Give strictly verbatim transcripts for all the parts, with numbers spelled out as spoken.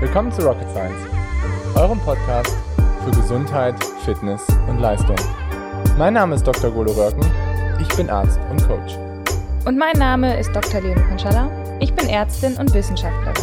Willkommen zu Rocket Science, eurem Podcast für Gesundheit, Fitness und Leistung. Mein Name ist Doktor Golo Röhrken, ich bin Arzt und Coach. Und mein Name ist Doktor Leonie Konczala, ich bin Ärztin und Wissenschaftlerin.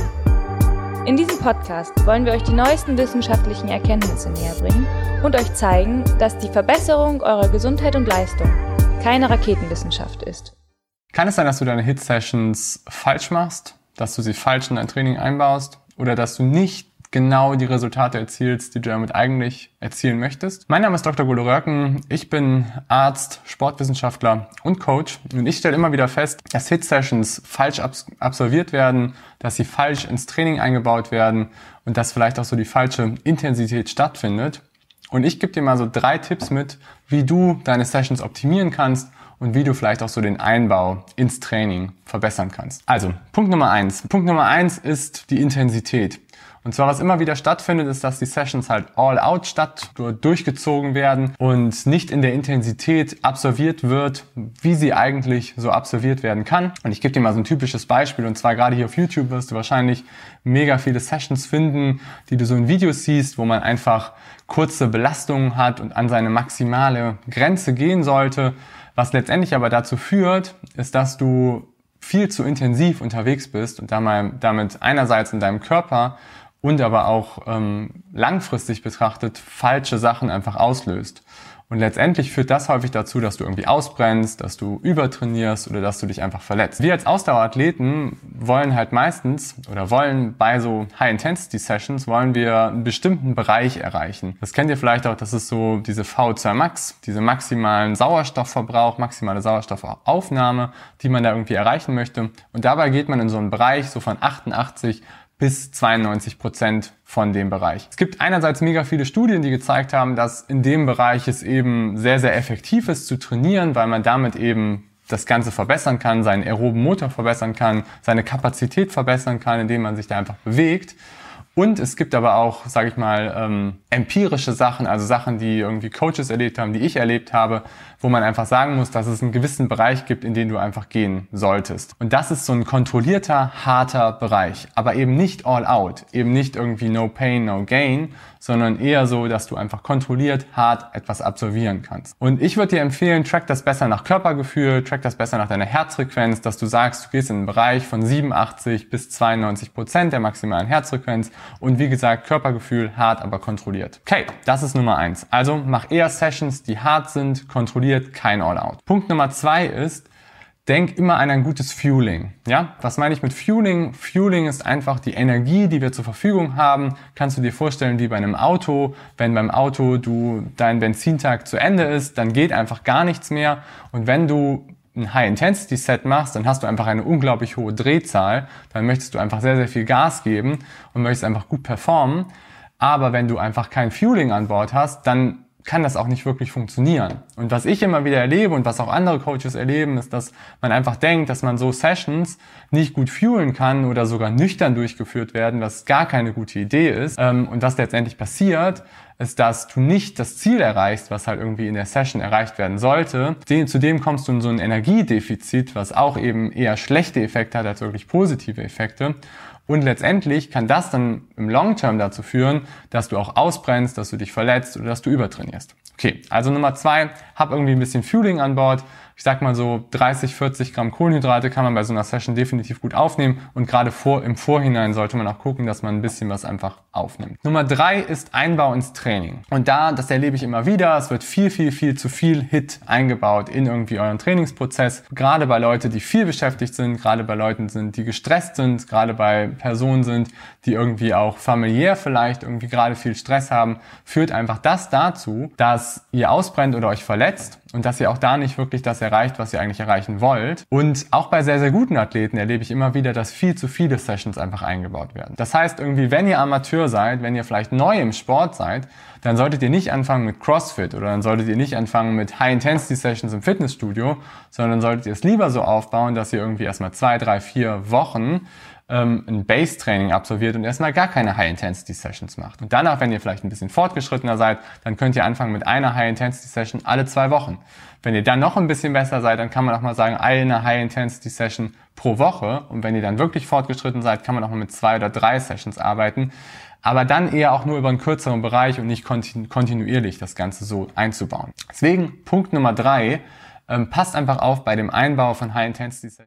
In diesem Podcast wollen wir euch die neuesten wissenschaftlichen Erkenntnisse näher bringen und euch zeigen, dass die Verbesserung eurer Gesundheit und Leistung keine Raketenwissenschaft ist. Kann es sein, dass du deine Hit-Sessions falsch machst, dass du sie falsch in dein Training einbaust oder dass du nicht genau die Resultate erzielst, die du damit eigentlich erzielen möchtest? Mein Name ist Doktor Golo Röhrken, ich bin Arzt, Sportwissenschaftler und Coach und ich stelle immer wieder fest, dass Hit-Sessions falsch abs- absolviert werden, dass sie falsch ins Training eingebaut werden und dass vielleicht auch so die falsche Intensität stattfindet. Und ich gebe dir mal so drei Tipps mit, wie du deine Sessions optimieren kannst und wie du vielleicht auch so den Einbau ins Training verbessern kannst. Also, Punkt Nummer eins. Punkt Nummer eins ist die Intensität. Und zwar, was immer wieder stattfindet, ist, dass die Sessions halt all out statt, durchgezogen werden und nicht in der Intensität absolviert wird, wie sie eigentlich so absolviert werden kann. Und ich gebe dir mal so ein typisches Beispiel, und zwar gerade hier auf YouTube wirst du wahrscheinlich mega viele Sessions finden, die du so in Videos siehst, wo man einfach kurze Belastungen hat und an seine maximale Grenze gehen sollte. Was letztendlich aber dazu führt, ist, dass du viel zu intensiv unterwegs bist und damit einerseits in deinem Körper und aber auch ähm, langfristig betrachtet falsche Sachen einfach auslöst. Und letztendlich führt das häufig dazu, dass du irgendwie ausbrennst, dass du übertrainierst oder dass du dich einfach verletzt. Wir als Ausdauerathleten wollen halt meistens oder wollen bei so High-Intensity-Sessions wollen wir einen bestimmten Bereich erreichen. Das kennt ihr vielleicht auch, das ist so diese V zwei Max, diese maximalen Sauerstoffverbrauch, maximale Sauerstoffaufnahme, die man da irgendwie erreichen möchte. Und dabei geht man in so einen Bereich so von achtundachtzig bis zweiundneunzig Prozent von dem Bereich. Es gibt einerseits mega viele Studien, die gezeigt haben, dass in dem Bereich es eben sehr, sehr effektiv ist zu trainieren, weil man damit eben das Ganze verbessern kann, seinen aeroben Motor verbessern kann, seine Kapazität verbessern kann, indem man sich da einfach bewegt. Und es gibt aber auch, sage ich mal, ähm, empirische Sachen, also Sachen, die irgendwie Coaches erlebt haben, die ich erlebt habe, wo man einfach sagen muss, dass es einen gewissen Bereich gibt, in den du einfach gehen solltest. Und das ist so ein kontrollierter, harter Bereich, aber eben nicht all out, eben nicht irgendwie no pain, no gain, sondern eher so, dass du einfach kontrolliert, hart etwas absolvieren kannst. Und ich würde dir empfehlen, track das besser nach Körpergefühl, track das besser nach deiner Herzfrequenz, dass du sagst, du gehst in einen Bereich von siebenundachtzig bis zweiundneunzig Prozent der maximalen Herzfrequenz und wie gesagt, Körpergefühl, hart, aber kontrolliert. Okay, das ist Nummer eins. Also mach eher Sessions, die hart sind, kontrolliert, kein All-Out. Punkt Nummer zwei ist, denk immer an ein gutes Fueling. Ja, was meine ich mit Fueling? Fueling ist einfach die Energie, die wir zur Verfügung haben. Kannst du dir vorstellen, wie bei einem Auto. Wenn beim Auto du dein Benzintag zu Ende ist, dann geht einfach gar nichts mehr. Und wenn du ein High-Intensity-Set machst, dann hast du einfach eine unglaublich hohe Drehzahl. Dann möchtest du einfach sehr, sehr viel Gas geben und möchtest einfach gut performen. Aber wenn du einfach kein Fueling an Bord hast, dann kann das auch nicht wirklich funktionieren. Und was ich immer wieder erlebe und was auch andere Coaches erleben, ist, dass man einfach denkt, dass man so Sessions nicht gut fuelen kann oder sogar nüchtern durchgeführt werden, was gar keine gute Idee ist. Und was letztendlich passiert, ist, dass du nicht das Ziel erreichst, was halt irgendwie in der Session erreicht werden sollte. Zudem kommst du in so ein Energiedefizit, was auch eben eher schlechte Effekte hat als wirklich positive Effekte. Und letztendlich kann das dann im Long-Term dazu führen, dass du auch ausbrennst, dass du dich verletzt oder dass du übertrainierst. Okay, also Nummer zwei, hab irgendwie ein bisschen Fueling an Bord. Ich sag mal so dreißig, vierzig Gramm Kohlenhydrate kann man bei so einer Session definitiv gut aufnehmen und gerade vor, im Vorhinein sollte man auch gucken, dass man ein bisschen was einfach aufnimmt. Nummer drei ist Einbau ins Training. Und da, das erlebe ich immer wieder, es wird viel, viel, viel zu viel Hit eingebaut in irgendwie euren Trainingsprozess. Gerade bei Leuten, die viel beschäftigt sind, gerade bei Leuten sind, die gestresst sind, gerade bei Personen sind, die irgendwie auch familiär vielleicht irgendwie gerade viel Stress haben, führt einfach das dazu, dass ihr ausbrennt oder euch verletzt und dass ihr auch da nicht wirklich das erreicht, was ihr eigentlich erreichen wollt. Und auch bei sehr, sehr guten Athleten erlebe ich immer wieder, dass viel zu viele Sessions einfach eingebaut werden. Das heißt irgendwie, wenn ihr Amateur seid, wenn ihr vielleicht neu im Sport seid, dann solltet ihr nicht anfangen mit CrossFit oder dann solltet ihr nicht anfangen mit High-Intensity-Sessions im Fitnessstudio, sondern solltet ihr es lieber so aufbauen, dass ihr irgendwie erstmal zwei, drei, vier Wochen ähm, ein Base-Training absolviert und erstmal gar keine High-Intensity-Sessions macht. Und danach, wenn ihr vielleicht ein bisschen fortgeschrittener seid, dann könnt ihr anfangen mit einer High-Intensity-Session alle zwei Wochen. Wenn ihr dann noch ein bisschen besser seid, dann kann man auch mal sagen, eine High-Intensity-Session pro Woche. Und wenn ihr dann wirklich fortgeschritten seid, kann man auch mal mit zwei oder drei Sessions arbeiten. Aber dann eher auch nur über einen kürzeren Bereich und nicht kontinu- kontinuierlich das Ganze so einzubauen. Deswegen Punkt Nummer drei, ähm, passt einfach auf bei dem Einbau von High-Intensity-Sessions.